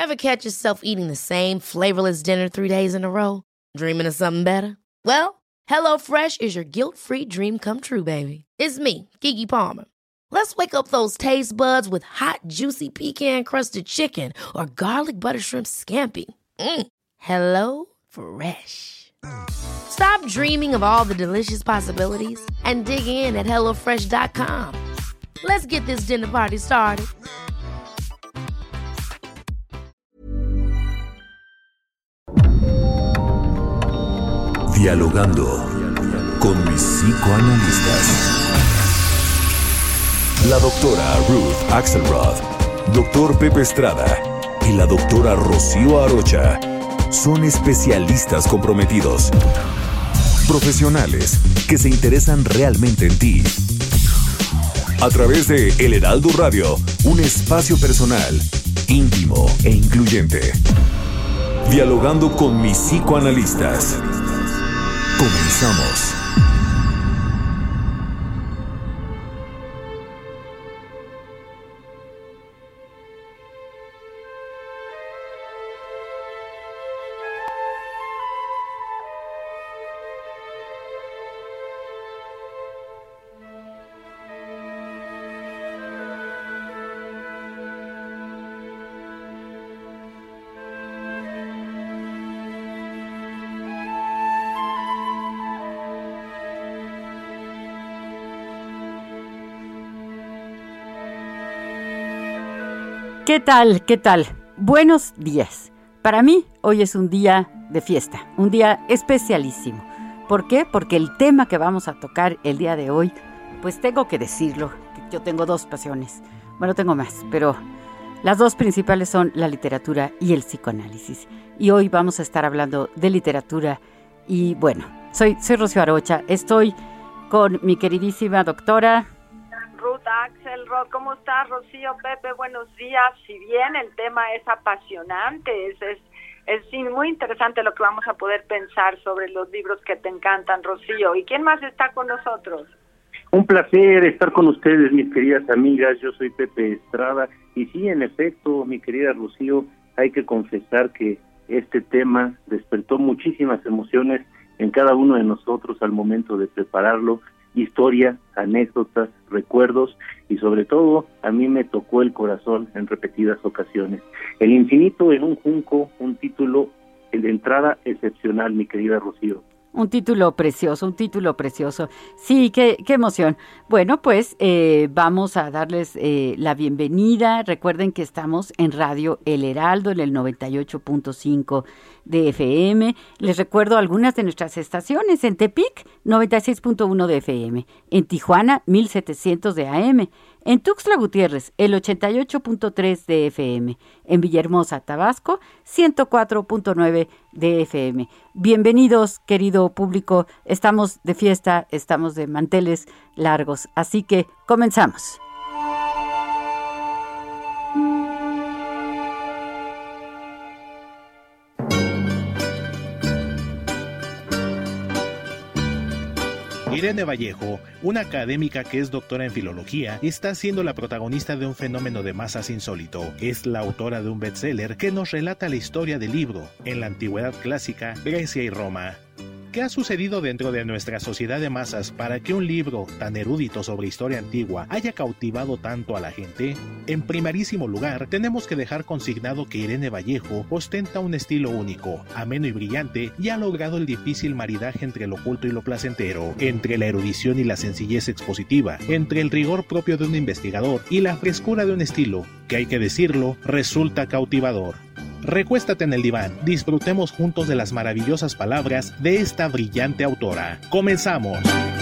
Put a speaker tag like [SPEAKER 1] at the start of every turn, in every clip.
[SPEAKER 1] Ever catch yourself eating the same flavorless dinner 3 days in a row? Dreaming of something better? Well, HelloFresh is your guilt-free dream come true, baby. It's me, Keke Palmer. Let's wake up those taste buds with hot, juicy pecan-crusted chicken or garlic butter shrimp scampi. Hello Fresh. Stop dreaming of all the delicious possibilities and dig in at HelloFresh.com. Let's get this dinner party started.
[SPEAKER 2] Dialogando con mis psicoanalistas. La doctora Ruth Axelrod, doctor Pepe Estrada y la doctora Rocío Arocha son especialistas comprometidos, profesionales que se interesan realmente en ti. A través de El Heraldo Radio, un espacio personal, íntimo e incluyente. Dialogando con mis psicoanalistas. Comenzamos.
[SPEAKER 3] ¿Qué tal? ¿Qué tal? Buenos días. Para mí, hoy es un día de fiesta, un día especialísimo. ¿Por qué? Porque el tema que vamos a tocar el día de hoy, pues tengo que decirlo, que yo tengo dos pasiones. Bueno, tengo más, pero las dos principales son la literatura y el psicoanálisis. Y hoy vamos a estar hablando de literatura y bueno, soy Rocío Arocha, estoy con mi queridísima doctora
[SPEAKER 4] Ruth Axelrod. ¿Cómo estás, Rocío? Pepe, buenos días. Si bien el tema es apasionante, es muy interesante lo que vamos a poder pensar sobre los libros que te encantan, Rocío. ¿Y quién más está con nosotros?
[SPEAKER 5] Un placer estar con ustedes, mis queridas amigas. Yo soy Pepe Estrada. Y sí, en efecto, mi querida Rocío, hay que confesar que este tema despertó muchísimas emociones en cada uno de nosotros al momento de prepararlo. Historia, anécdotas, recuerdos y sobre todo a mí me tocó el corazón en repetidas ocasiones. El infinito en un junco, un título de entrada excepcional, mi querida Rocío.
[SPEAKER 3] Un título precioso, un título precioso. Sí, qué emoción. Bueno, pues vamos a darles la bienvenida. Recuerden que estamos en Radio El Heraldo, en el 98.5 de FM. Les recuerdo algunas de nuestras estaciones. En Tepic, 96.1 de FM. En Tijuana, 1700 de AM. En Tuxtla Gutiérrez, el 88.3 de FM. En Villahermosa, Tabasco, 104.9 de FM. Bienvenidos, querido público. Estamos de fiesta, estamos de manteles largos. Así que comenzamos.
[SPEAKER 6] Irene Vallejo, una académica que es doctora en filología, está siendo la protagonista de un fenómeno de masas insólito. Es la autora de un bestseller que nos relata la historia del libro en la antigüedad clásica, Grecia y Roma. ¿Qué ha sucedido dentro de nuestra sociedad de masas para que un libro tan erudito sobre historia antigua haya cautivado tanto a la gente? En primerísimo lugar, tenemos que dejar consignado que Irene Vallejo ostenta un estilo único, ameno y brillante, y ha logrado el difícil maridaje entre lo oculto y lo placentero, entre la erudición y la sencillez expositiva, entre el rigor propio de un investigador y la frescura de un estilo, que hay que decirlo, resulta cautivador. Recuéstate en el diván, disfrutemos juntos de las maravillosas palabras de esta brillante autora. ¡Comenzamos!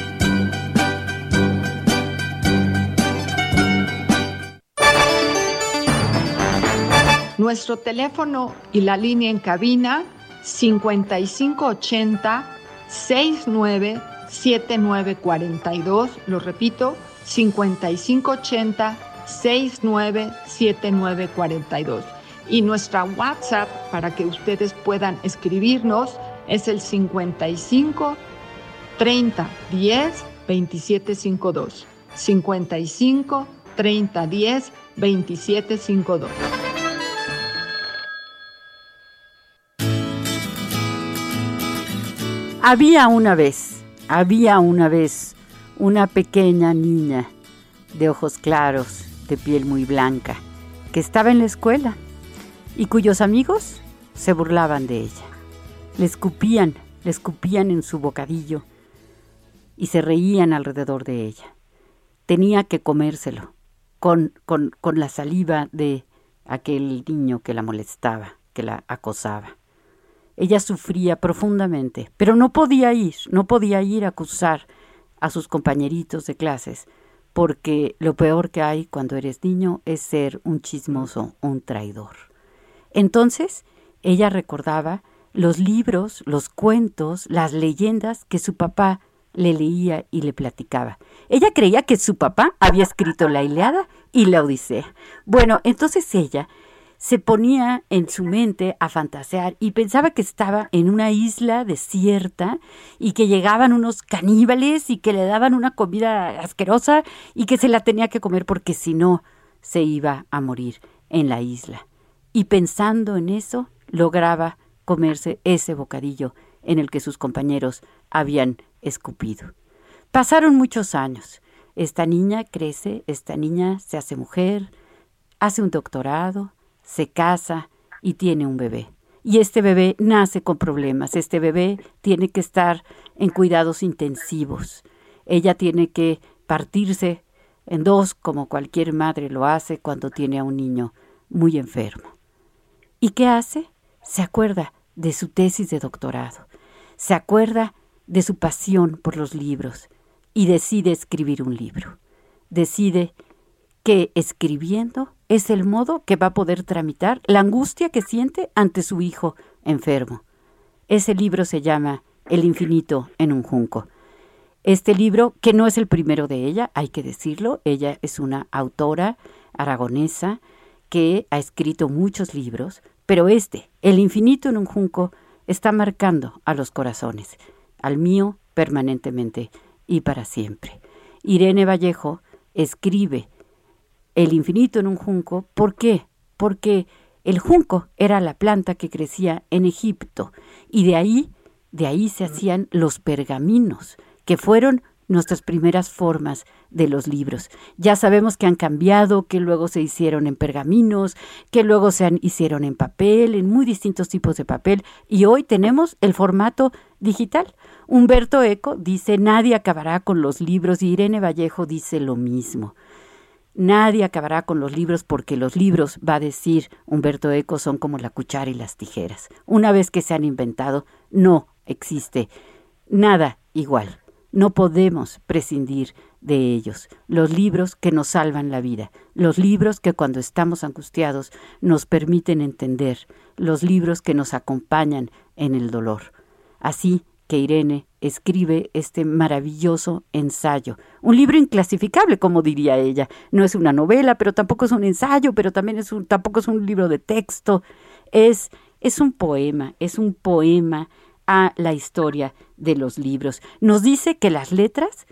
[SPEAKER 4] Nuestro teléfono y la línea en cabina 5580-697942. Lo repito, 5580-697942. Y nuestra WhatsApp, para que ustedes puedan escribirnos, es el 55 30 10 2752. 55 30 10 2752.
[SPEAKER 3] Había una vez una pequeña niña de ojos claros, de piel muy blanca, que estaba en la escuela y cuyos amigos se burlaban de ella. Le escupían en su bocadillo y se reían alrededor de ella. Tenía que comérselo con la saliva de aquel niño que la molestaba, que la acosaba. Ella sufría profundamente, pero no podía ir a acusar a sus compañeritos de clases, porque lo peor que hay cuando eres niño es ser un chismoso, un traidor. Entonces, ella recordaba los libros, los cuentos, las leyendas que su papá le leía y le platicaba. Ella creía que su papá había escrito la Ilíada y la Odisea. Bueno, entonces ella se ponía en su mente a fantasear y pensaba que estaba en una isla desierta y que llegaban unos caníbales y que le daban una comida asquerosa y que se la tenía que comer porque si no se iba a morir en la isla. Y pensando en eso, lograba comerse ese bocadillo en el que sus compañeros habían escupido. Pasaron muchos años. Esta niña crece, esta niña se hace mujer, hace un doctorado, se casa y tiene un bebé. Y este bebé nace con problemas. Este bebé tiene que estar en cuidados intensivos. Ella tiene que partirse en dos, como cualquier madre lo hace cuando tiene a un niño muy enfermo. ¿Y qué hace? Se acuerda de su tesis de doctorado. Se acuerda de su pasión por los libros y decide escribir un libro. Decide que escribiendo es el modo que va a poder tramitar la angustia que siente ante su hijo enfermo. Ese libro se llama El infinito en un junco. Este libro, que no es el primero de ella, hay que decirlo, ella es una autora aragonesa que ha escrito muchos libros, pero El infinito en un junco, está marcando a los corazones, al mío permanentemente y para siempre. Irene Vallejo escribe El infinito en un junco. ¿Por qué? Porque el junco era la planta que crecía en Egipto y de ahí se hacían los pergaminos, que fueron nuestras primeras formas de los libros. Ya sabemos que han cambiado, que luego se hicieron en pergaminos, que luego hicieron en papel, en muy distintos tipos de papel, y hoy tenemos el formato digital. Humberto Eco dice, nadie acabará con los libros, y Irene Vallejo dice lo mismo. Nadie acabará con los libros porque los libros, va a decir Humberto Eco, son como la cuchara y las tijeras. Una vez que se han inventado, no existe nada igual. No podemos prescindir de ellos. Los libros que nos salvan la vida, los libros que cuando estamos angustiados nos permiten entender, los libros que nos acompañan en el dolor. Así que Irene escribe este maravilloso ensayo, un libro inclasificable, como diría ella. No es una novela, pero tampoco es un ensayo, pero también tampoco es un libro de texto. Es un poema a la historia de los libros. Nos dice que las letras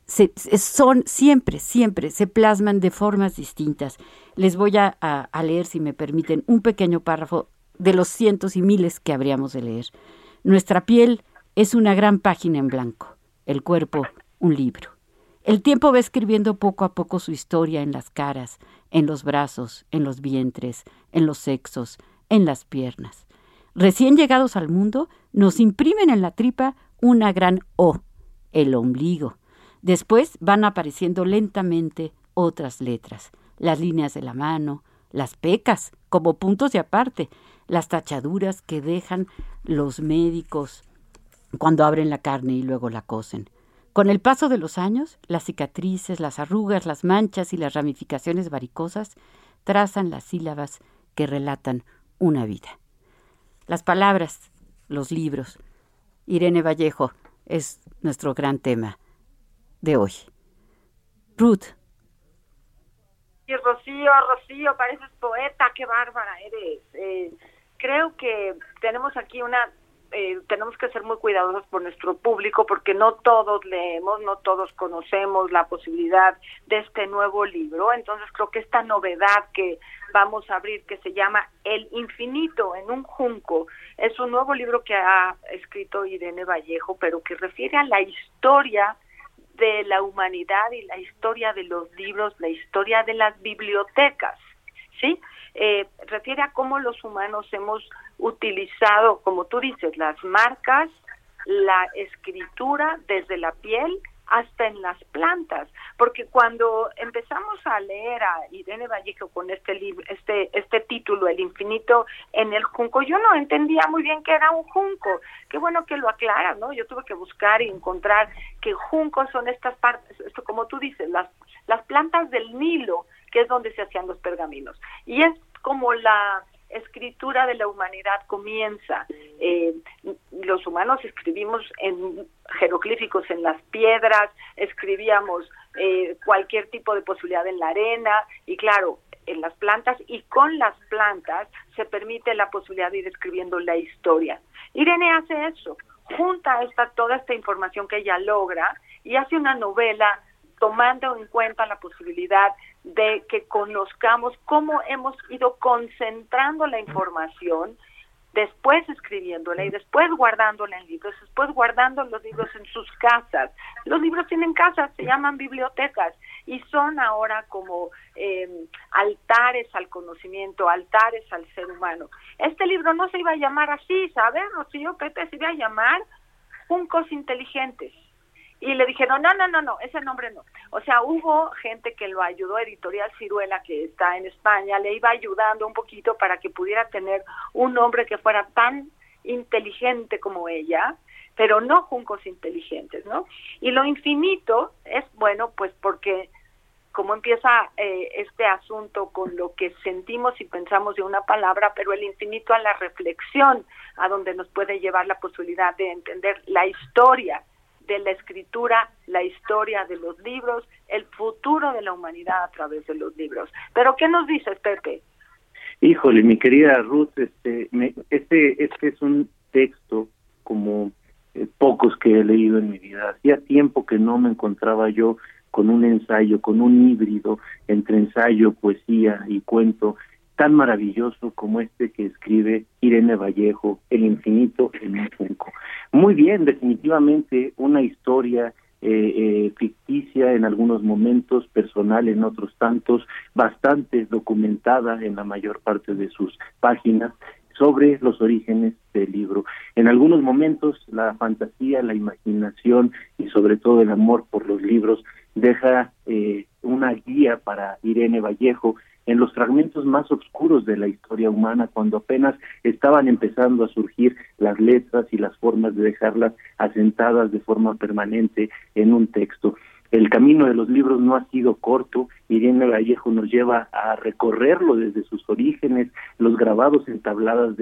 [SPEAKER 3] siempre se plasman de formas distintas. Les voy a leer, si me permiten, un pequeño párrafo de los cientos y miles que habríamos de leer. Nuestra piel es una gran página en blanco, el cuerpo un libro. El tiempo va escribiendo poco a poco su historia en las caras, en los brazos, en los vientres, en los sexos, en las piernas. Recién llegados al mundo, nos imprimen en la tripa una gran O, el ombligo. Después van apareciendo lentamente otras letras, las líneas de la mano, las pecas, como puntos de aparte, las tachaduras que dejan los médicos cuando abren la carne y luego la cosen. Con el paso de los años, las cicatrices, las arrugas, las manchas y las ramificaciones varicosas trazan las sílabas que relatan una vida. Las palabras, los libros. Irene Vallejo es nuestro gran tema de hoy. Ruth.
[SPEAKER 4] Y Rocío, pareces poeta, qué bárbara eres. Creo que tenemos aquí una tenemos que ser muy cuidadosos por nuestro público, porque no todos leemos, no todos conocemos la posibilidad de este nuevo libro. Entonces creo que esta novedad que vamos a abrir, que se llama El infinito en un junco, es un nuevo libro que ha escrito Irene Vallejo, pero que refiere a la historia de la humanidad y la historia de los libros, la historia de las bibliotecas, ¿sí? Refiere a cómo los humanos hemos utilizado, como tú dices, las marcas, la escritura desde la piel hasta en las plantas, porque cuando empezamos a leer a Irene Vallejo con este libro, este título, El infinito en el junco, yo no entendía muy bien qué era un junco. Qué bueno que lo aclaras, ¿no? Yo tuve que buscar y encontrar que juncos son estas partes, esto como tú dices, las plantas del Nilo, que es donde se hacían los pergaminos, y es como la escritura de la humanidad comienza. Los humanos escribimos en jeroglíficos en las piedras, escribíamos cualquier tipo de posibilidad en la arena, y claro, en las plantas, y con las plantas se permite la posibilidad de ir escribiendo la historia. Irene hace eso, junta toda esta información que ella logra y hace una novela tomando en cuenta la posibilidad de que conozcamos cómo hemos ido concentrando la información, después escribiéndola y después guardándola en libros, después guardando los libros en sus casas. Los libros tienen casas, se llaman bibliotecas, y son ahora como altares al conocimiento, altares al ser humano. Este libro no se iba a llamar así, ¿sabes, Rocío? Pepe, se iba a llamar Juncos Inteligentes. Y le dijeron, no, ese nombre no. O sea, hubo gente que lo ayudó, Editorial Ciruela, que está en España, le iba ayudando un poquito para que pudiera tener un nombre que fuera tan inteligente como ella, pero no Juncos Inteligentes, ¿no? Y lo infinito es, bueno, pues porque como empieza este asunto con lo que sentimos y pensamos de una palabra, pero el infinito a la reflexión, a donde nos puede llevar la posibilidad de entender la historia de la escritura, la historia de los libros, el futuro de la humanidad a través de los libros. ¿Pero qué nos dices, Pepe?
[SPEAKER 5] Híjole, mi querida Ruth, este es un texto como pocos que he leído en mi vida. Hacía tiempo que no me encontraba yo con un ensayo, con un híbrido entre ensayo, poesía y cuento tan maravilloso como este que escribe Irene Vallejo, El infinito en un junco. Muy bien, definitivamente una historia ficticia en algunos momentos, personal en otros tantos, bastante documentada en la mayor parte de sus páginas, sobre los orígenes del libro. En algunos momentos la fantasía, la imaginación y sobre todo el amor por los libros deja una guía para Irene Vallejo en los fragmentos más oscuros de la historia humana, cuando apenas estaban empezando a surgir las letras y las formas de dejarlas asentadas de forma permanente en un texto. El camino de los libros no ha sido corto. Irene Vallejo nos lleva a recorrerlo desde sus orígenes, los grabados en tablas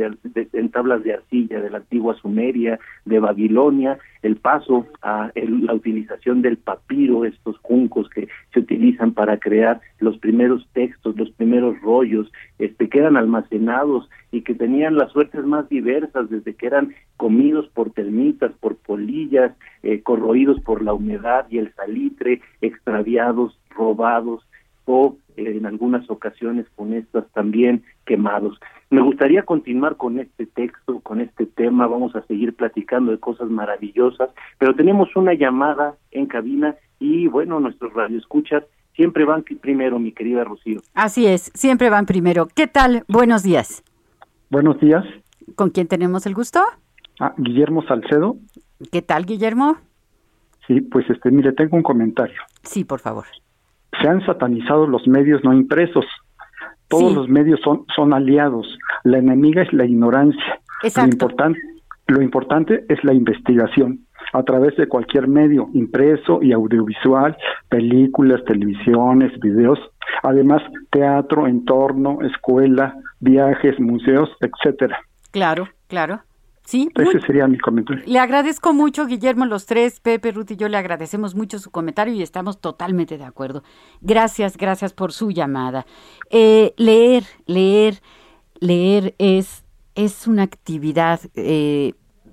[SPEAKER 5] de arcilla de la antigua Sumeria, de Babilonia, el paso a la utilización del papiro, estos juncos que se utilizan para crear los primeros textos, los primeros rollos, que eran almacenados y que tenían las suertes más diversas, desde que eran comidos por termitas, por polillas, corroídos por la humedad y el salitre, extraviados, robados o en algunas ocasiones funestas también quemados. Me gustaría continuar con este texto, con este tema. Vamos a seguir platicando de cosas maravillosas, pero tenemos una llamada en cabina y bueno, nuestros radioescuchas siempre van primero, mi querida Rocío.
[SPEAKER 3] Así es, siempre van primero. ¿Qué tal? Buenos días.
[SPEAKER 7] Buenos días.
[SPEAKER 3] ¿Con quién tenemos el gusto?
[SPEAKER 7] Guillermo Salcedo.
[SPEAKER 3] ¿Qué tal, Guillermo?
[SPEAKER 7] Sí, pues mire, tengo un comentario.
[SPEAKER 3] Sí, por favor.
[SPEAKER 7] Se han satanizado los medios no impresos. Todos los medios son aliados. La enemiga es la ignorancia.
[SPEAKER 3] Exacto.
[SPEAKER 7] Lo importante es la investigación a través de cualquier medio, impreso y audiovisual, películas, televisiones, videos, además teatro, entorno, escuela, viajes, museos, etcétera.
[SPEAKER 3] Claro. Sí,
[SPEAKER 7] ese sería mi comentario.
[SPEAKER 3] Le agradezco mucho, Guillermo, los tres, Pepe, Ruth y yo le agradecemos mucho su comentario y estamos totalmente de acuerdo. Gracias por su llamada. Leer es una actividad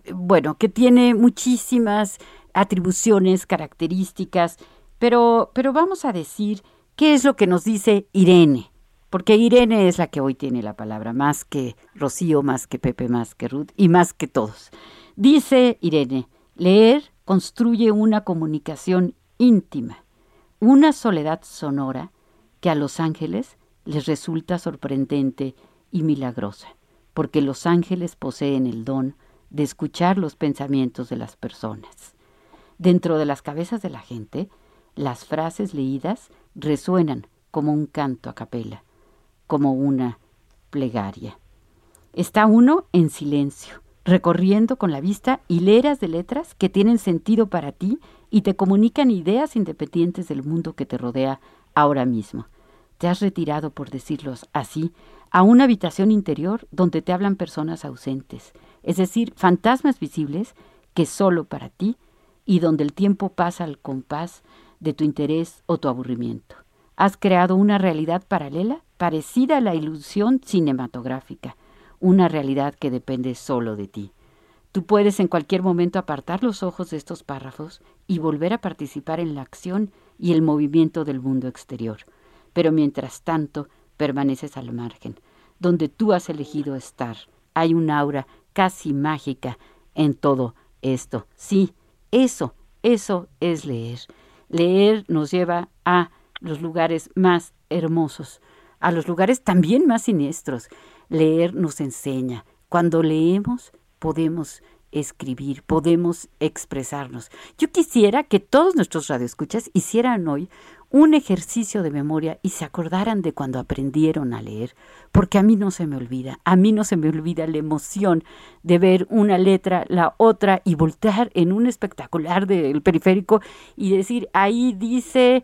[SPEAKER 3] bueno, que tiene muchísimas atribuciones, características, pero vamos a decir qué es lo que nos dice Irene, porque Irene es la que hoy tiene la palabra, más que Rocío, más que Pepe, más que Ruth y más que todos. Dice Irene, leer construye una comunicación íntima, una soledad sonora que a los ángeles les resulta sorprendente y milagrosa, porque los ángeles poseen el don de escuchar los pensamientos de las personas. Dentro de las cabezas de la gente, las frases leídas resuenan como un canto a capela, como una plegaria. Está uno en silencio, recorriendo con la vista hileras de letras que tienen sentido para ti y te comunican ideas independientes del mundo que te rodea ahora mismo. Te has retirado, por decirlo así, a una habitación interior donde te hablan personas ausentes, es decir, fantasmas visibles que solo para ti, y donde el tiempo pasa al compás de tu interés o tu aburrimiento. Has creado una realidad paralela parecida a la ilusión cinematográfica, una realidad que depende solo de ti. Tú puedes en cualquier momento apartar los ojos de estos párrafos y volver a participar en la acción y el movimiento del mundo exterior. Pero mientras tanto, permaneces al margen, donde tú has elegido estar. Hay un aura casi mágica en todo esto. Sí, eso es leer. Leer nos lleva a los lugares más hermosos, a los lugares también más siniestros. Leer nos enseña. Cuando leemos, podemos escribir, podemos expresarnos. Yo quisiera que todos nuestros radioescuchas hicieran hoy un ejercicio de memoria y se acordaran de cuando aprendieron a leer, porque a mí no se me olvida la emoción de ver una letra, la otra, y voltear en un espectacular del periférico y decir, ahí dice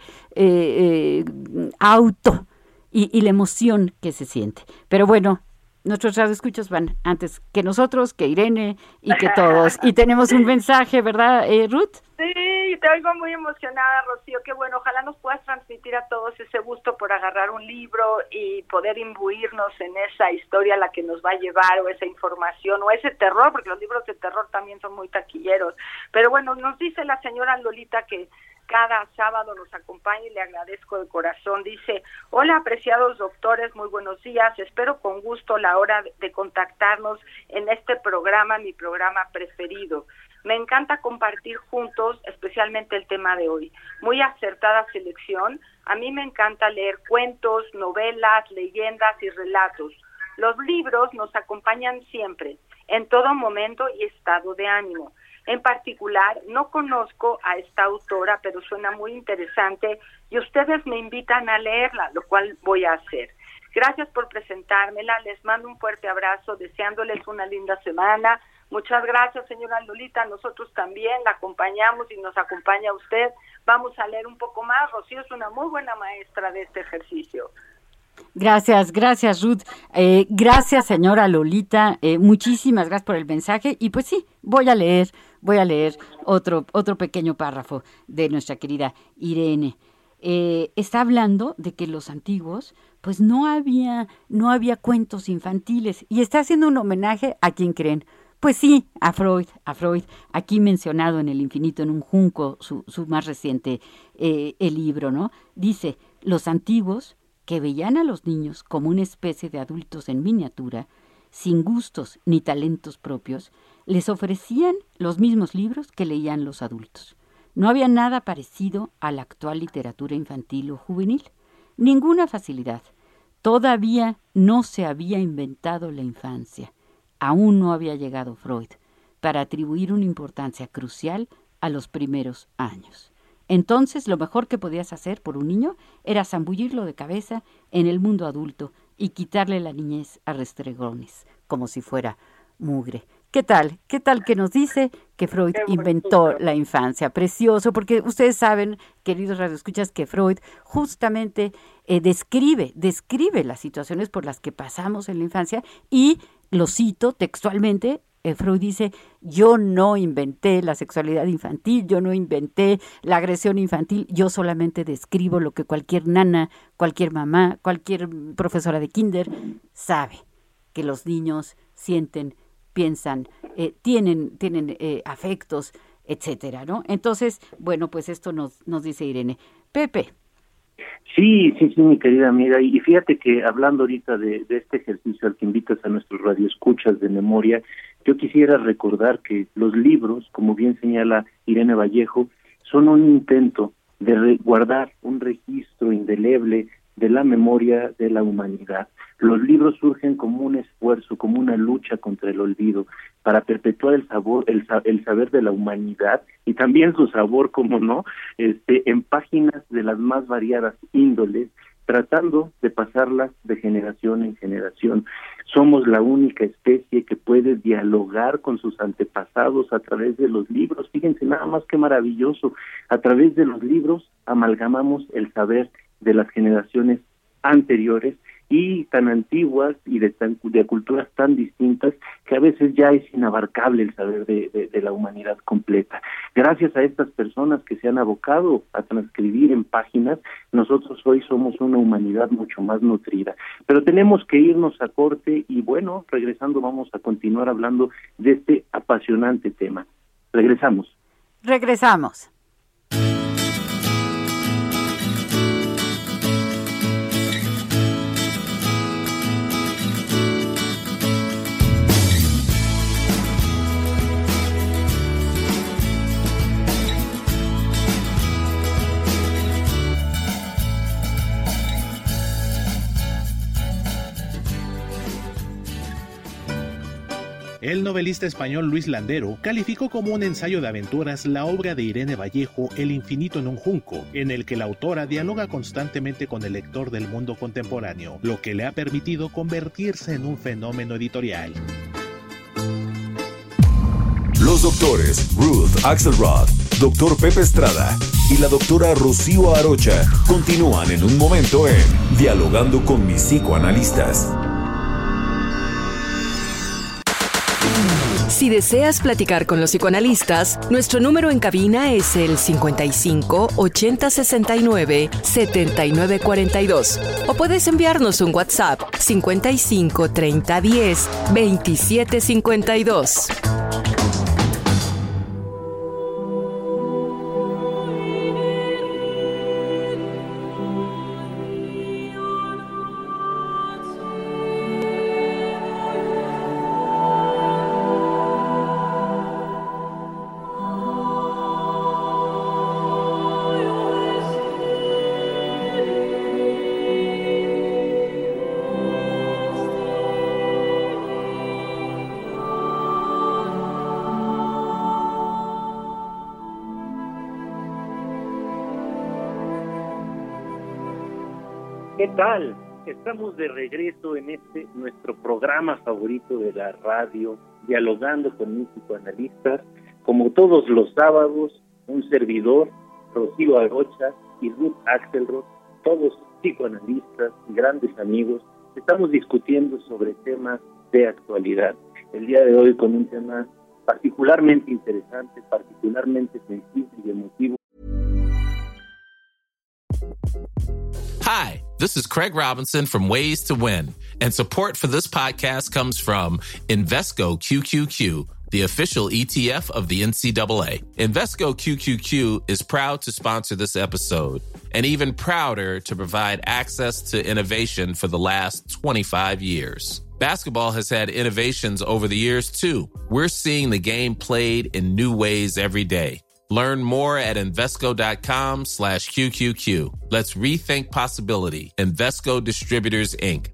[SPEAKER 3] auto, y la emoción que se siente. Pero bueno, nuestros radioescuchas van antes que nosotros, que Irene y que todos. Y tenemos un mensaje, ¿verdad, Ruth?
[SPEAKER 4] Sí, te oigo muy emocionada, Rocío. Qué bueno, ojalá nos puedas transmitir a todos ese gusto por agarrar un libro y poder imbuirnos en esa historia a la que nos va a llevar, o esa información, o ese terror, porque los libros de terror también son muy taquilleros. Pero bueno, nos dice la señora Lolita que cada sábado nos acompaña y le agradezco de corazón. Dice, hola apreciados doctores, muy buenos días, espero con gusto la hora de contactarnos en este programa, mi programa preferido. Me encanta compartir juntos, especialmente el tema de hoy. Muy acertada selección. A mí me encanta leer cuentos, novelas, leyendas y relatos. Los libros nos acompañan siempre, en todo momento y estado de ánimo. En particular, no conozco a esta autora, pero suena muy interesante y ustedes me invitan a leerla, lo cual voy a hacer. Gracias por presentármela, les mando un fuerte abrazo, deseándoles una linda semana. Muchas gracias, señora Lolita, nosotros también la acompañamos y nos acompaña usted. Vamos a leer un poco más, Rocío es una muy buena maestra de este ejercicio.
[SPEAKER 3] Gracias Ruth, gracias señora Lolita, muchísimas gracias por el mensaje y pues sí, voy a leer otro pequeño párrafo de nuestra querida Irene. Está hablando de que los antiguos pues no había cuentos infantiles y está haciendo un homenaje a quien creen. Pues sí, a Freud, aquí mencionado en El infinito en un junco, su más reciente el libro, ¿no? Dice, los antiguos que veían a los niños como una especie de adultos en miniatura, sin gustos ni talentos propios, les ofrecían los mismos libros que leían los adultos. No había nada parecido a la actual literatura infantil o juvenil, ninguna facilidad. Todavía no se había inventado la infancia. Aún no había llegado Freud para atribuir una importancia crucial a los primeros años. Entonces, lo mejor que podías hacer por un niño era zambullirlo de cabeza en el mundo adulto y quitarle la niñez a restregones, como si fuera mugre. ¿Qué tal? ¿Qué tal que nos dice que Freud inventó la infancia? Precioso, porque ustedes saben, queridos radioescuchas, que Freud justamente describe las situaciones por las que pasamos en la infancia y, lo cito textualmente, Freud dice, yo no inventé la sexualidad infantil, yo no inventé la agresión infantil, yo solamente describo lo que cualquier nana, cualquier mamá, cualquier profesora de kinder sabe, que los niños sienten, piensan, tienen afectos, etcétera, ¿no? Entonces, bueno, pues esto nos dice Irene. Pepe.
[SPEAKER 5] Sí, mi querida amiga, y fíjate que hablando ahorita de este ejercicio al que invitas a nuestros radioescuchas de memoria, yo quisiera recordar que los libros, como bien señala Irene Vallejo, son un intento de guardar un registro indeleble de la memoria de la humanidad. Los libros surgen como un esfuerzo, como una lucha contra el olvido, para perpetuar el saber de la humanidad y también su sabor, como no, en páginas de las más variadas índoles, tratando de pasarlas de generación en generación. Somos la única especie que puede dialogar con sus antepasados a través de los libros. Fíjense nada más qué maravilloso. A través de los libros amalgamamos el saber de las generaciones anteriores y tan antiguas y de culturas tan distintas que a veces ya es inabarcable el saber de la humanidad completa. Gracias a estas personas que se han abocado a transcribir en páginas, nosotros hoy somos una humanidad mucho más nutrida. Pero tenemos que irnos a corte y bueno, regresando vamos a continuar hablando de este apasionante tema. Regresamos.
[SPEAKER 6] El novelista español Luis Landero calificó como un ensayo de aventuras la obra de Irene Vallejo, El infinito en un junco, en el que la autora dialoga constantemente con el lector del mundo contemporáneo, lo que le ha permitido convertirse en un fenómeno editorial.
[SPEAKER 2] Los doctores Ruth Axelrod, Dr. Pepe Estrada y la doctora Rocío Arocha continúan en un momento en Dialogando con mis psicoanalistas.
[SPEAKER 8] Si deseas platicar con los psicoanalistas, nuestro número en cabina es el 55 80 69 79 42. O puedes enviarnos un WhatsApp 55 30 10 27 52.
[SPEAKER 5] ¿Qué tal? Estamos de regreso en nuestro programa favorito de la radio, Dialogando con mis psicoanalistas. Como todos los sábados, un servidor, Rocío Arocha y Ruth Axelrod, todos psicoanalistas y grandes amigos, estamos discutiendo sobre temas de actualidad. El día de hoy con un tema particularmente interesante, particularmente sensible y emotivo.
[SPEAKER 9] Hi, this is Craig Robinson from Ways to Win, and support for this podcast comes from Invesco QQQ, the official ETF of the NCAA. Invesco QQQ is proud to sponsor this episode, and even prouder to provide access to innovation for the last 25 years. Basketball has had innovations over the years, too. We're seeing the game played in new ways every day. Learn more at Invesco.com/QQQ. Let's rethink possibility. Invesco Distributors, Inc.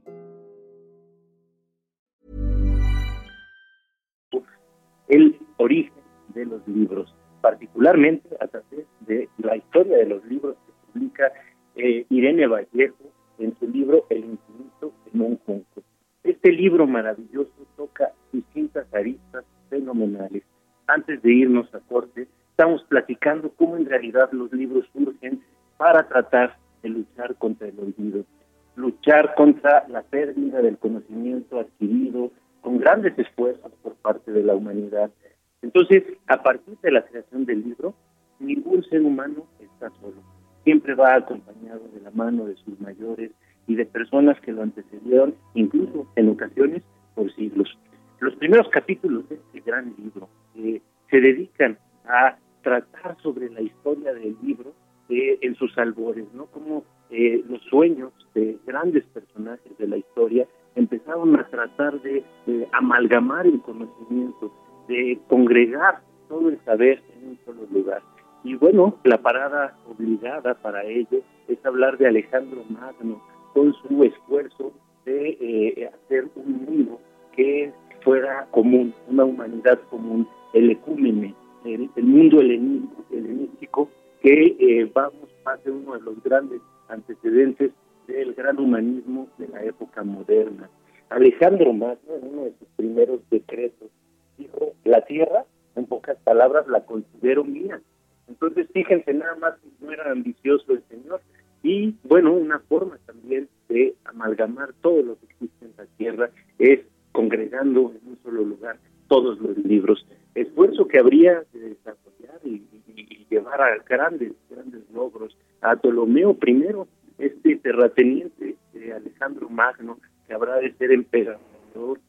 [SPEAKER 5] El origen de los libros, particularmente a través de la historia de los libros que publica Irene Vallejo en su libro El infinito en un junco. Este libro maravilloso toca distintas aristas fenomenales. Antes de irnos a corte, estamos platicando cómo en realidad los libros surgen para tratar de luchar contra el olvido, luchar contra la pérdida del conocimiento adquirido con grandes esfuerzos por parte de la humanidad. Entonces, a partir de la creación del libro, ningún ser humano está solo. Siempre va acompañado de la mano de sus mayores y de personas que lo antecedieron, incluso en ocasiones por siglos. Los primeros capítulos de este este gran libro. Se dedican a tratar sobre la historia del libro en sus albores, ¿no? Como los sueños de grandes personajes de la historia empezaron a tratar de amalgamar el conocimiento, de congregar todo el saber en un solo lugar. Y bueno, la parada obligada para ello es hablar de Alejandro Magno, con su esfuerzo de hacer un mundo que fuera común, una humanidad común, el ecúmene, el mundo helenístico, que va a ser uno de los grandes antecedentes del gran humanismo de la época moderna. Alejandro Magno, en uno de sus primeros decretos, dijo: la tierra, en pocas palabras, la considero mía. Entonces, fíjense nada más si no era ambicioso el señor. Y bueno, una forma también de amalgamar todo lo que existe en la tierra es congregando en un solo lugar todos los libros. Esfuerzo que habría de desarrollar y llevar a grandes logros. A Ptolomeo I, este terrateniente de Alejandro Magno, que habrá de ser emperador,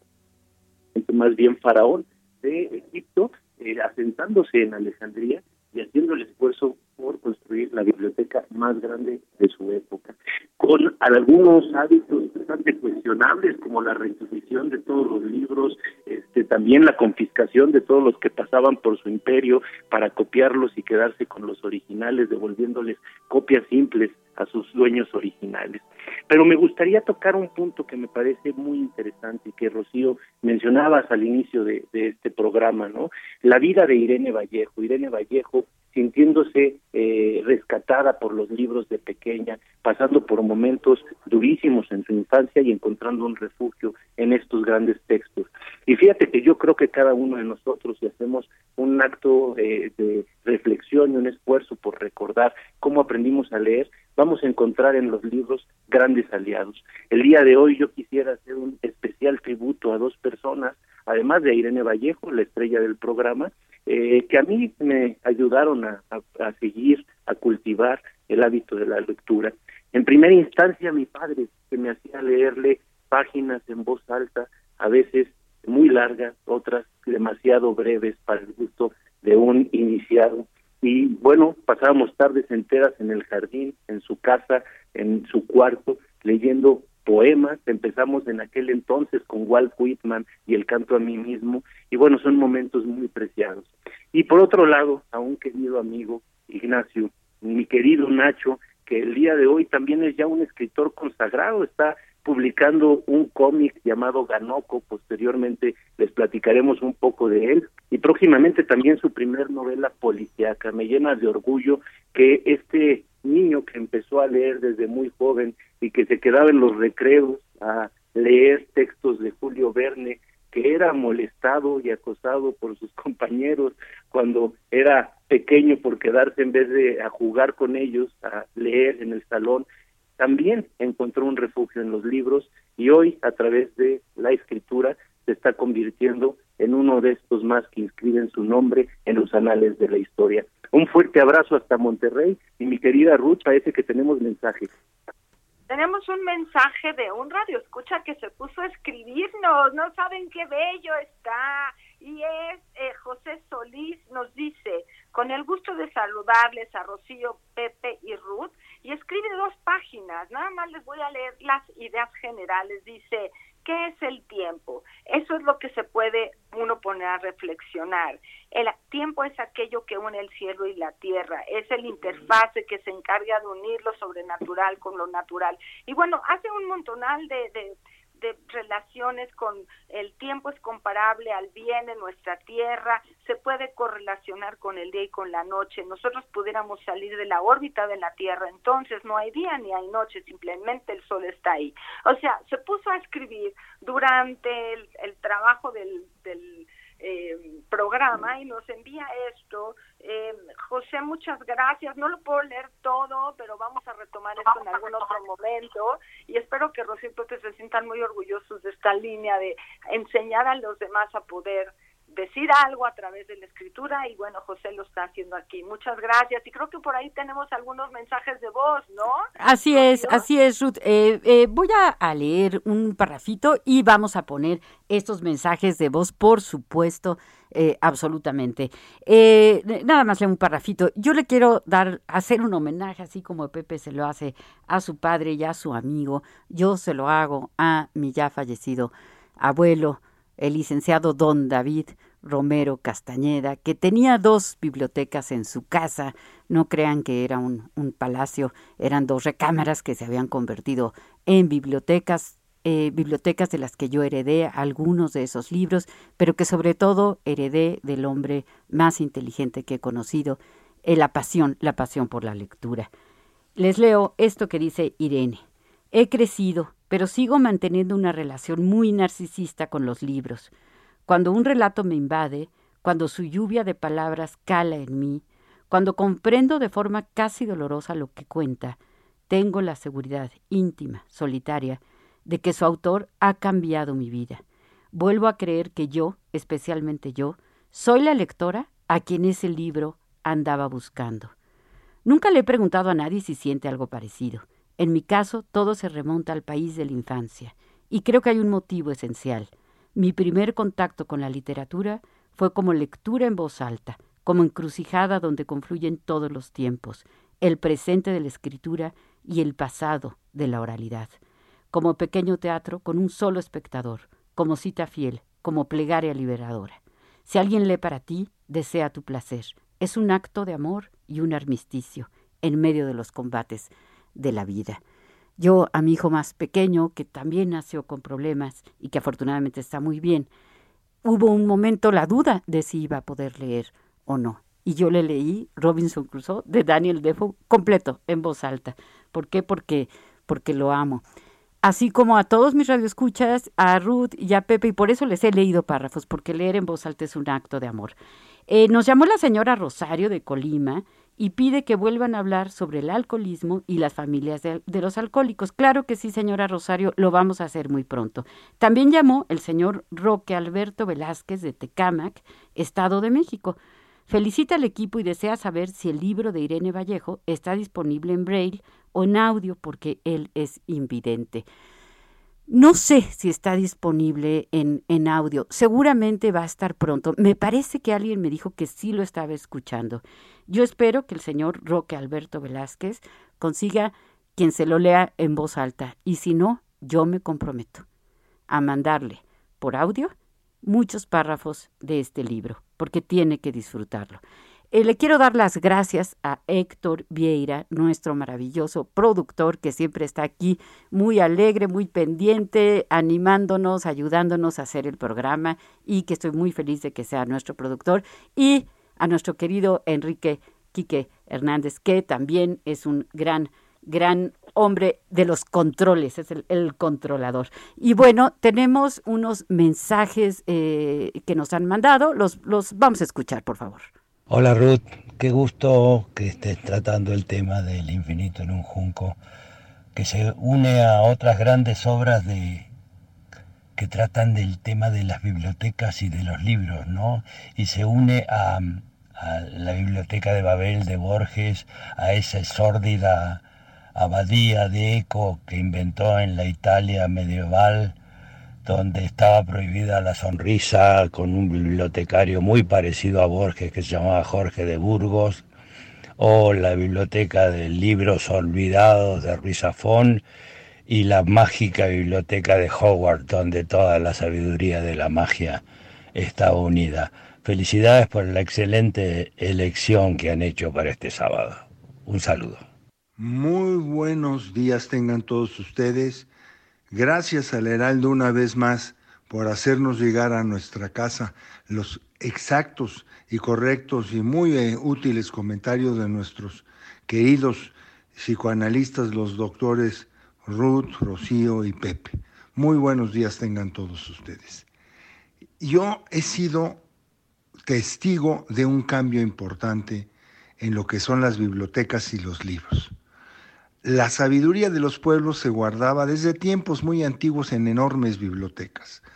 [SPEAKER 5] más bien faraón de Egipto, asentándose en Alejandría y haciendo el esfuerzo por construir la biblioteca más grande de su época, con algunos hábitos bastante cuestionables, como la restitución de todos los libros, también la confiscación de todos los que pasaban por su imperio para copiarlos y quedarse con los originales, devolviéndoles copias simples a sus dueños originales. Pero me gustaría tocar un punto que me parece muy interesante y que, Rocío, mencionabas al inicio de este programa, ¿no? La vida de Irene Vallejo. Irene Vallejo, sintiéndose rescatada por los libros de pequeña, pasando por momentos durísimos en su infancia y encontrando un refugio en estos grandes textos. Y fíjate que yo creo que cada uno de nosotros, si hacemos un acto de reflexión y un esfuerzo por recordar cómo aprendimos a leer, vamos a encontrar en los libros grandes aliados. El día de hoy yo quisiera hacer un especial tributo a dos personas, además de Irene Vallejo, la estrella del programa, que a mí me ayudaron a seguir, a cultivar el hábito de la lectura. En primera instancia, mi padre, que me hacía leerle páginas en voz alta, a veces muy largas, otras demasiado breves para el gusto de un iniciado. Y bueno, pasábamos tardes enteras en el jardín, en su casa, en su cuarto, leyendo poemas. Empezamos en aquel entonces con Walt Whitman y El canto a mí mismo, y bueno, son momentos muy preciados. Y por otro lado, a un querido amigo, Ignacio, mi querido Nacho, que el día de hoy también es ya un escritor consagrado, está publicando un cómic llamado Ganoco. Posteriormente les platicaremos un poco de él, y próximamente también su primer novela policíaca. Me llena de orgullo que este niño que empezó a leer desde muy joven y que se quedaba en los recreos a leer textos de Julio Verne, que era molestado y acosado por sus compañeros cuando era pequeño por quedarse en vez de a jugar con ellos, a leer en el salón, también encontró un refugio en los libros, y hoy, a través de la escritura, se está convirtiendo en uno de estos más que inscriben su nombre en los anales de la historia. Un fuerte abrazo hasta Monterrey, y mi querida Ruth, parece que tenemos mensaje.
[SPEAKER 4] Tenemos un mensaje de un radioescucha que se puso a escribirnos, no saben qué bello está, y es José Solís. Nos dice: con el gusto de saludarles a Rocío, Pepe y Ruth, y escribe 2 páginas, nada más les voy a leer las ideas generales. Dice: ¿qué es el tiempo? Eso es lo que se puede uno poner a reflexionar. El tiempo es aquello que une el cielo y la tierra, es el interfase que se encarga de unir lo sobrenatural con lo natural. Y bueno, hace un montonal de relaciones con el tiempo. Es comparable al bien en nuestra tierra, se puede correlacionar con el día y con la noche. Nosotros pudiéramos salir de la órbita de la Tierra, entonces no hay día ni hay noche, simplemente el sol está ahí. O sea, se puso a escribir durante el trabajo del programa y nos envía esto. José, muchas gracias. No lo puedo leer todo, pero vamos a retomar esto en algún otro momento, y espero que Rocío y Pepe se sientan muy orgullosos de esta línea de enseñar a los demás a poder decir algo a través de la escritura, y bueno, José lo está haciendo aquí. Muchas gracias, y creo que por ahí tenemos algunos mensajes de voz, ¿no?
[SPEAKER 3] Así es, Ruth. Voy a leer un parrafito y vamos a poner estos mensajes de voz, por supuesto, absolutamente. Nada más leo un parrafito. Yo le quiero hacer un homenaje, así como Pepe se lo hace a su padre y a su amigo. Yo se lo hago a mi ya fallecido abuelo, el licenciado don David Romero Castañeda, que tenía 2 bibliotecas en su casa. No crean que era un palacio, eran 2 recámaras que se habían convertido en bibliotecas de las que yo heredé algunos de esos libros, pero que sobre todo heredé del hombre más inteligente que he conocido, la pasión por la lectura. Les leo esto que dice Irene. He crecido, pero sigo manteniendo una relación muy narcisista con los libros. Cuando un relato me invade, cuando su lluvia de palabras cala en mí, cuando comprendo de forma casi dolorosa lo que cuenta, tengo la seguridad íntima, solitaria, de que su autor ha cambiado mi vida. Vuelvo a creer que yo, especialmente yo, soy la lectora a quien ese libro andaba buscando. Nunca le he preguntado a nadie si siente algo parecido. En mi caso, todo se remonta al país de la infancia, y creo que hay un motivo esencial. Mi primer contacto con la literatura fue como lectura en voz alta, como encrucijada donde confluyen todos los tiempos, el presente de la escritura y el pasado de la oralidad. Como pequeño teatro con un solo espectador, como cita fiel, como plegaria liberadora. Si alguien lee para ti, desea tu placer. Es un acto de amor y un armisticio en medio de los combates de la vida. Yo a mi hijo más pequeño, que también nació con problemas y que afortunadamente está muy bien, hubo un momento la duda de si iba a poder leer o no. Y yo le leí Robinson Crusoe de Daniel Defoe completo, en voz alta. ¿Por qué? Porque lo amo. Así como a todos mis radioescuchas, a Ruth y a Pepe, y por eso les he leído párrafos, porque leer en voz alta es un acto de amor. Nos llamó la señora Rosario de Colima y pide que vuelvan a hablar sobre el alcoholismo y las familias de los alcohólicos. Claro que sí, señora Rosario, lo vamos a hacer muy pronto. También llamó el señor Roque Alberto Velázquez de Tecámac, Estado de México. Felicita al equipo y desea saber si el libro de Irene Vallejo está disponible en braille o en audio, porque él es invidente. No sé si está disponible en audio, seguramente va a estar pronto. Me parece que alguien me dijo que sí lo estaba escuchando. Yo espero que el señor Roque Alberto Velázquez consiga quien se lo lea en voz alta, y si no, yo me comprometo a mandarle por audio muchos párrafos de este libro, porque tiene que disfrutarlo. Le quiero dar las gracias a Héctor Vieira, nuestro maravilloso productor, que siempre está aquí muy alegre, muy pendiente, animándonos, ayudándonos a hacer el programa, y que estoy muy feliz de que sea nuestro productor, y a nuestro querido Enrique Quique Hernández, que también es un gran hombre de los controles, es el controlador. Y bueno, tenemos unos mensajes que nos han mandado, los vamos a escuchar, por favor.
[SPEAKER 10] Hola Ruth, qué gusto que estés tratando el tema del infinito en un junco, que se une a otras grandes obras que tratan del tema de las bibliotecas y de los libros, ¿no? Y se une a la biblioteca de Babel de Borges, a esa sórdida abadía de Eco que inventó en la Italia medieval, donde estaba prohibida la sonrisa, con un bibliotecario muy parecido a Borges que se llamaba Jorge de Burgos, o la biblioteca de libros olvidados de Ruiz Zafón, y la mágica biblioteca de Hogwarts, donde toda la sabiduría de la magia está unida. Felicidades por la excelente elección que han hecho para este sábado. Un saludo.
[SPEAKER 11] Muy buenos días tengan todos ustedes. Gracias al Heraldo una vez más por hacernos llegar a nuestra casa los exactos y correctos y muy útiles comentarios de nuestros queridos psicoanalistas, los doctores Ruth, Rocío y Pepe. Muy buenos días tengan todos ustedes. Yo he sido testigo de un cambio importante en lo que son las bibliotecas y los libros. La sabiduría de los pueblos se guardaba desde tiempos muy antiguos en enormes bibliotecas,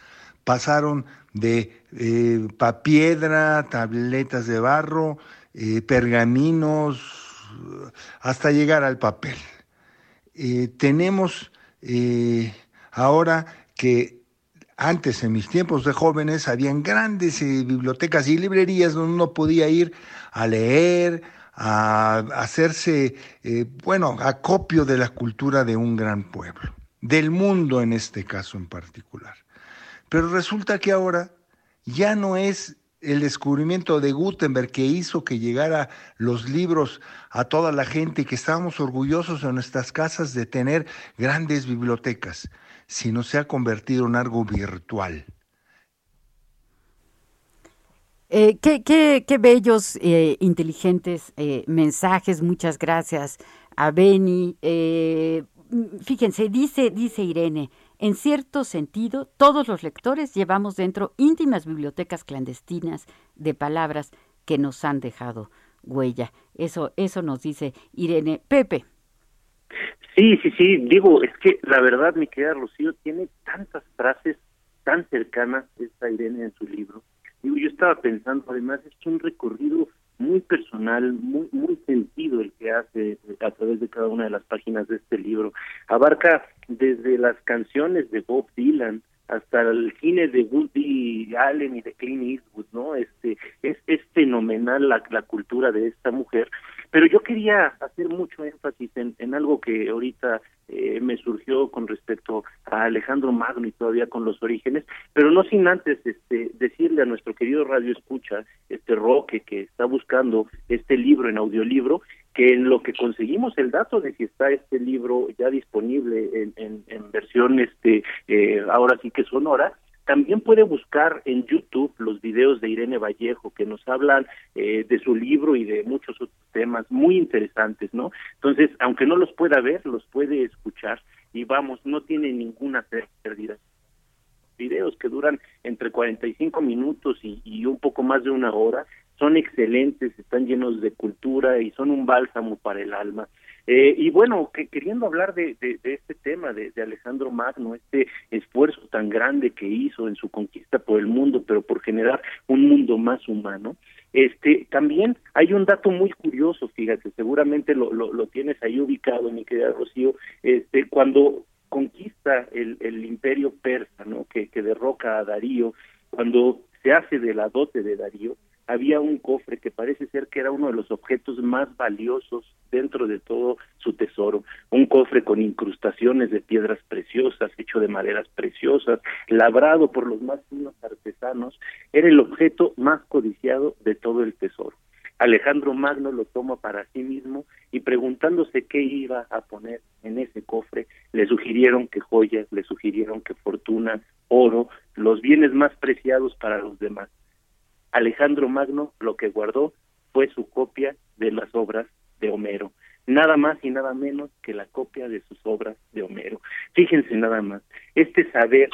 [SPEAKER 11] pasaron de piedra, tabletas de barro, pergaminos, hasta llegar al papel. Tenemos ahora que antes, en mis tiempos de jóvenes, habían grandes bibliotecas y librerías donde uno podía ir a leer, a hacerse, acopio de la cultura de un gran pueblo, del mundo en este caso en particular. Pero resulta que ahora ya no es el descubrimiento de Gutenberg que hizo que llegara los libros a toda la gente y que estábamos orgullosos en nuestras casas de tener grandes bibliotecas, sino se ha convertido en algo virtual.
[SPEAKER 3] Qué bellos, inteligentes mensajes. Muchas gracias a Beni. Fíjense, dice Irene, en cierto sentido, todos los lectores llevamos dentro íntimas bibliotecas clandestinas de palabras que nos han dejado huella. Eso nos dice Irene. Pepe.
[SPEAKER 5] Sí, digo, es que la verdad, mi querida Rocío, tiene tantas frases tan cercanas esta Irene en su libro. Digo, yo estaba pensando, además, es un recorrido muy personal, muy sentido el que hace a través de cada una de las páginas de este libro. Abarca desde las canciones de Bob Dylan hasta el cine de Woody Allen y de Clint Eastwood, ¿no? Es fenomenal la cultura de esta mujer. Pero yo quería hacer mucho énfasis en algo que ahorita me surgió con respecto a Alejandro Magno y todavía con los orígenes, pero no sin antes decirle a nuestro querido radio escucha, Roque, que está buscando este libro en audiolibro, que en lo que conseguimos el dato de si está este libro ya disponible en versión ahora sí que sonora, también puede buscar en YouTube los videos de Irene Vallejo que nos hablan de su libro y de muchos otros temas muy interesantes, ¿no? Entonces, aunque no los pueda ver, los puede escuchar y vamos, no tiene ninguna pérdida. Videos que duran entre 45 minutos y un poco más de una hora, son excelentes, están llenos de cultura y son un bálsamo para el alma. Y bueno, queriendo hablar de este tema de Alejandro Magno, este esfuerzo tan grande que hizo en su conquista por el mundo, pero por generar un mundo más humano, también hay un dato muy curioso, fíjate, seguramente lo tienes ahí ubicado, mi querida Rocío, cuando conquista el imperio persa, ¿no? Que derroca a Darío, cuando se hace de la dote de Darío, había un cofre que parece ser que era uno de los objetos más valiosos dentro de todo su tesoro, un cofre con incrustaciones de piedras preciosas, hecho de maderas preciosas, labrado por los más finos artesanos, era el objeto más codiciado de todo el tesoro. Alejandro Magno lo toma para sí mismo y preguntándose qué iba a poner en ese cofre, le sugirieron que joyas, le sugirieron que fortuna, oro, los bienes más preciados para los demás. Alejandro Magno lo que guardó fue su copia de las obras de Homero, nada más y nada menos que la copia de sus obras de Homero. Fíjense nada más, saber,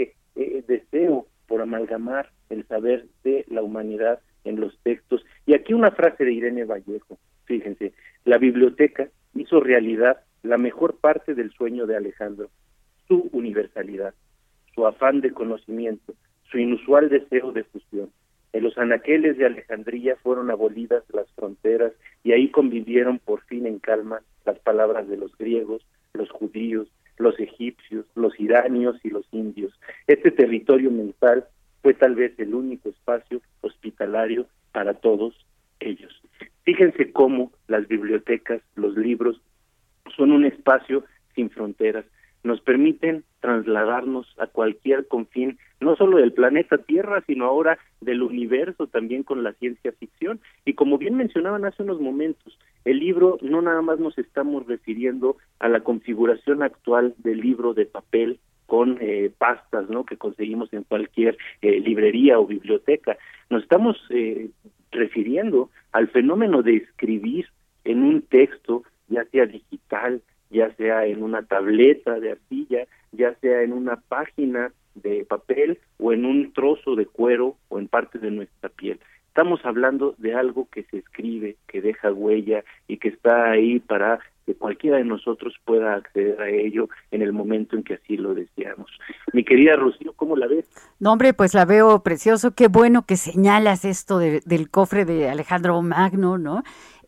[SPEAKER 5] deseo por amalgamar el saber de la humanidad en los textos. Y aquí una frase de Irene Vallejo, fíjense, la biblioteca hizo realidad la mejor parte del sueño de Alejandro, su universalidad, su afán de conocimiento, su inusual deseo de fusión. En los anaqueles de Alejandría fueron abolidas las fronteras y ahí convivieron por fin en calma las palabras de los griegos, los judíos, los egipcios, los iranios y los indios. Este territorio mental fue tal vez el único espacio hospitalario para todos ellos. Fíjense cómo las bibliotecas, los libros, son un espacio sin fronteras. Nos permiten trasladarnos a cualquier confín, no solo del planeta Tierra, sino ahora del universo, también con la ciencia ficción. Y como bien mencionaban hace unos momentos, el libro no nada más nos estamos refiriendo a la configuración actual del libro de papel con pastas, ¿no?, que conseguimos en cualquier librería o biblioteca. Nos estamos refiriendo al fenómeno de escribir en un texto, ya sea digital, ya sea en una tableta de arcilla, ya sea en una página de papel o en un trozo de cuero o en parte de nuestra piel. estamos hablando de algo que se escribe, que deja huella y que está ahí para que cualquiera de nosotros pueda acceder a ello en el momento en que así lo deseamos. Mi querida Rocío, ¿cómo la ves?
[SPEAKER 3] No, hombre, pues la veo precioso. Qué bueno que señalas esto del cofre de Alejandro Magno, ¿no?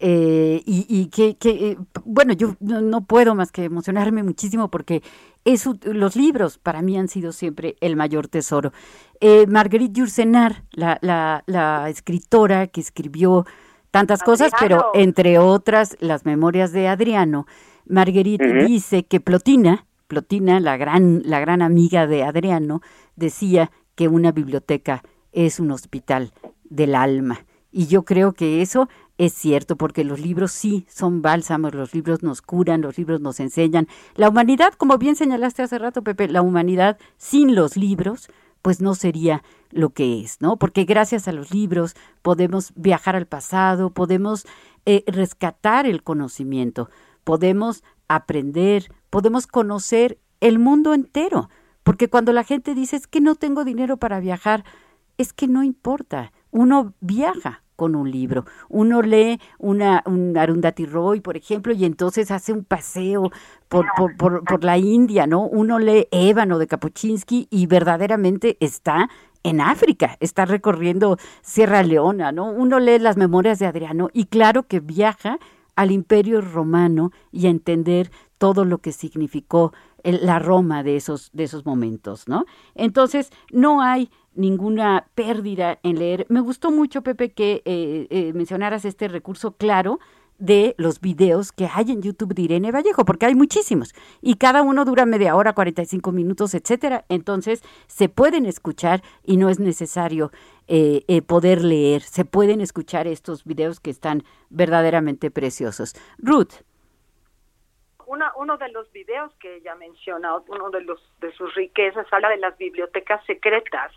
[SPEAKER 3] Bueno, yo no puedo más que emocionarme muchísimo porque los libros para mí han sido siempre el mayor tesoro. Marguerite Yourcenar, la escritora que escribió tantas cosas, pero entre otras las memorias de Adriano, Marguerite dice que Plotina, la gran amiga de Adriano, decía que una biblioteca es un hospital del alma. Y yo creo que eso es cierto, porque los libros sí son bálsamos, los libros nos curan, los libros nos enseñan. La humanidad, como bien señalaste hace rato, Pepe, la humanidad sin los libros pues no sería lo que es, ¿no? Porque gracias a los libros podemos viajar al pasado, podemos rescatar el conocimiento, podemos aprender, podemos conocer el mundo entero. Porque cuando la gente dice, es que no tengo dinero para viajar, es que no importa, uno viaja con un libro. Uno lee un Arundhati Roy, por ejemplo, y entonces hace un paseo por la India, ¿no? Uno lee Ébano de Kapuscinski y verdaderamente está en África, está recorriendo Sierra Leona, ¿no? Uno lee las memorias de Adriano y claro que viaja al Imperio Romano y a entender todo lo que significó la Roma de esos momentos, ¿no? Entonces, no hay ninguna pérdida en leer. Me gustó mucho, Pepe, que mencionaras este recurso claro de los videos que hay en YouTube de Irene Vallejo, porque hay muchísimos, y cada uno dura media hora, 45 minutos, etcétera. Entonces, se pueden escuchar y no es necesario poder leer. Se pueden escuchar estos videos que están verdaderamente preciosos. Ruth.
[SPEAKER 4] Uno de los videos que ella menciona, uno de sus riquezas, habla de las bibliotecas secretas.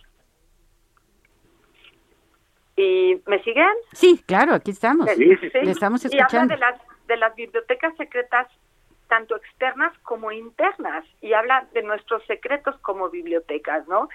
[SPEAKER 4] ¿Y me siguen?
[SPEAKER 3] Sí, claro, aquí estamos.
[SPEAKER 4] Sí.
[SPEAKER 3] Le estamos escuchando.
[SPEAKER 4] Y habla de las bibliotecas secretas, tanto externas como internas, y habla de nuestros secretos como bibliotecas, ¿no?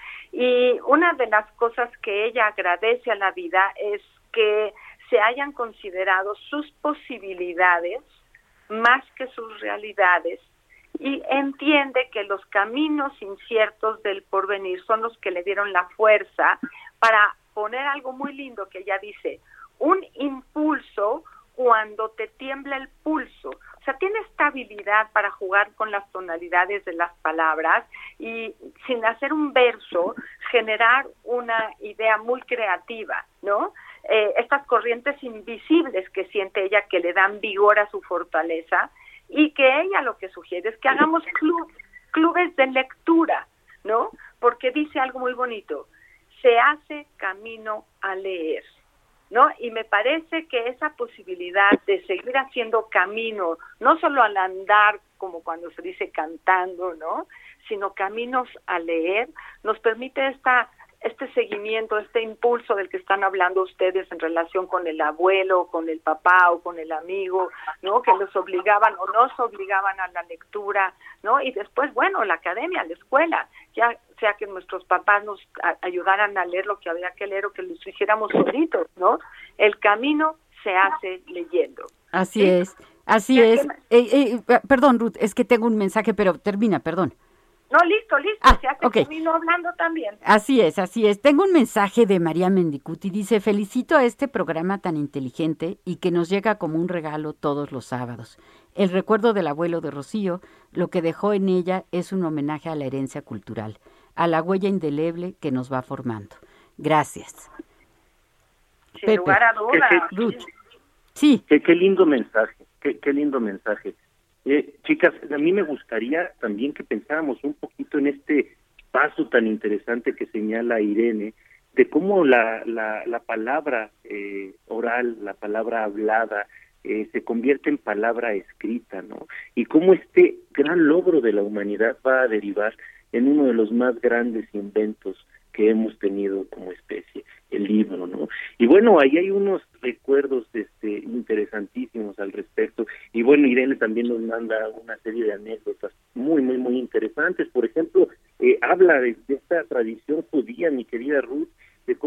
[SPEAKER 4] Y una de las cosas que ella agradece a la vida es que se hayan considerado sus posibilidades más que sus realidades, y entiende que los caminos inciertos del porvenir son los que le dieron la fuerza para poner algo muy lindo que ella dice, un impulso cuando te tiembla el pulso. O sea, tiene esta habilidad para jugar con las tonalidades de las palabras y sin hacer un verso, generar una idea muy creativa, ¿no? Estas corrientes invisibles que siente ella que le dan vigor a su fortaleza, y que ella lo que sugiere es que hagamos clubes de lectura, ¿no? Porque dice algo muy bonito, se hace camino a leer, ¿no? Y me parece que esa posibilidad de seguir haciendo camino, no solo al andar, como cuando se dice cantando, ¿no? Sino caminos a leer, nos permite este seguimiento, este impulso del que están hablando ustedes en relación con el abuelo, con el papá o con el amigo, ¿no? Que los obligaban o nos obligaban a la lectura, ¿no? Y después, bueno, la academia, la escuela, ya sea que nuestros papás nos ayudaran a leer lo que había que leer o que los hiciéramos solitos, ¿no? El camino se hace leyendo.
[SPEAKER 3] Así es, así es. Perdón, Ruth, es que tengo un mensaje, pero termina, perdón.
[SPEAKER 4] No, listo, se hace camino hablando también.
[SPEAKER 3] Así es. Tengo un mensaje de María Mendicuti, dice, felicito a este programa tan inteligente y que nos llega como un regalo todos los sábados. El recuerdo del abuelo de Rocío, lo que dejó en ella es un homenaje a la herencia cultural, a la huella indeleble que nos va formando. Gracias.
[SPEAKER 4] Sin Pepe, lugar a dudas.
[SPEAKER 3] Ruth. Sí.
[SPEAKER 5] Qué lindo mensaje, qué lindo mensaje. Chicas, a mí me gustaría también que pensáramos un poquito en este paso tan interesante que señala Irene, de cómo la palabra oral, la palabra hablada, se convierte en palabra escrita, ¿no? Y cómo este gran logro de la humanidad va a derivar en uno de los más grandes inventos que hemos tenido como especie, el libro, ¿no? Y bueno, ahí hay unos recuerdos interesantísimos al respecto, y bueno, Irene también nos manda una serie de anécdotas muy, muy, muy interesantes. Por ejemplo, habla de esta tradición judía, mi querida Ruth, de cómo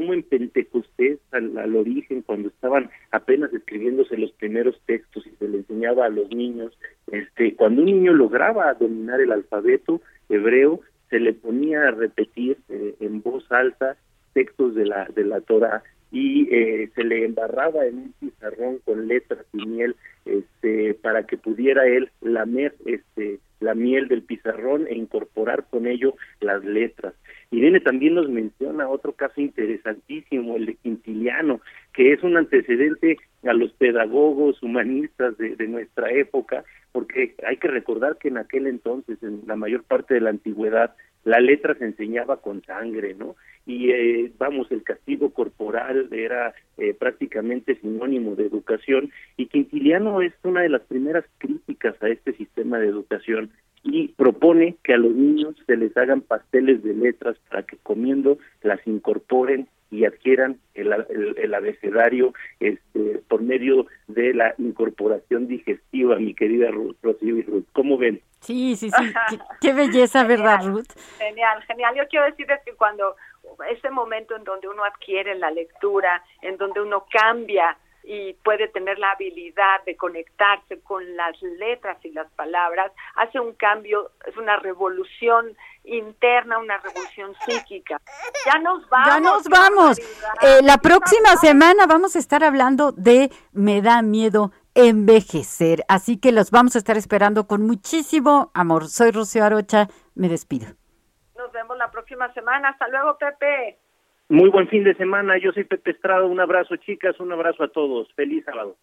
[SPEAKER 5] cómo en Pentecostés, al origen, cuando estaban apenas escribiéndose los primeros textos y se le enseñaba a los niños, cuando un niño lograba dominar el alfabeto hebreo, se le ponía a repetir en voz alta textos de la Torá, y se le embarraba en un pizarrón con letras y miel para que pudiera él lamer la miel del pizarrón e incorporar con ello las letras. Irene también nos menciona otro caso interesantísimo, el de Quintiliano, que es un antecedente a los pedagogos humanistas de nuestra época, porque hay que recordar que en aquel entonces, en la mayor parte de la antigüedad, la letra se enseñaba con sangre, ¿no? Y el castigo corporal era prácticamente sinónimo de educación, y Quintiliano es una de las primeras críticas a este sistema de educación y propone que a los niños se les hagan pasteles de letras para que comiendo las incorporen y adquieran el abecedario por medio de la incorporación digestiva, mi querida Rocío y Ruth. ¿Cómo ven?
[SPEAKER 3] Sí. Qué belleza, ¿verdad, Ruth?
[SPEAKER 4] Genial. Yo quiero decirles que cuando ese momento en donde uno adquiere la lectura, en donde uno cambia y puede tener la habilidad de conectarse con las letras y las palabras, hace un cambio, es una revolución interna, una revolución psíquica. Ya nos vamos. La próxima semana vamos a estar hablando de Me da miedo envejecer, así que los vamos a estar esperando con muchísimo amor. Soy Rocío Arocha, me despido. Nos vemos la próxima semana. Hasta luego, Pepe.
[SPEAKER 5] Muy buen fin de semana. Yo soy Pepe Estrada. Un abrazo, chicas. Un abrazo a todos. Feliz sábado.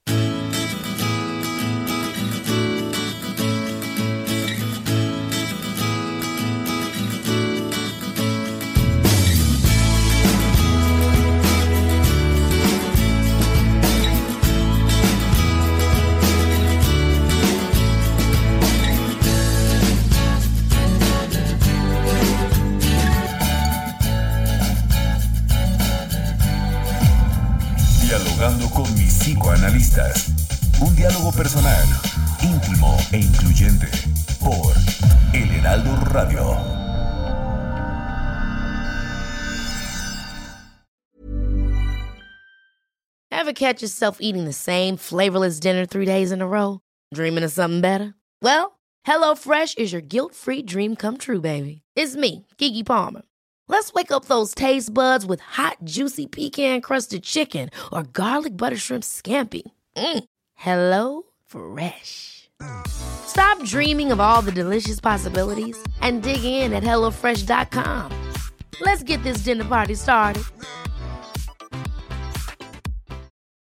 [SPEAKER 2] Dialogando con mis psicoanalistas. Un diálogo personal, íntimo e incluyente. Por El Heraldo Radio.
[SPEAKER 1] Ever catch yourself eating the same flavorless dinner 3 days in a row? Dreaming of something better? Well, HelloFresh is your guilt-free dream come true, baby. It's me, Keke Palmer. Let's wake up those taste buds with hot, juicy pecan-crusted chicken or garlic butter shrimp scampi. Hello Fresh. Stop dreaming of all the delicious possibilities and dig in at HelloFresh.com. Let's get this dinner party started.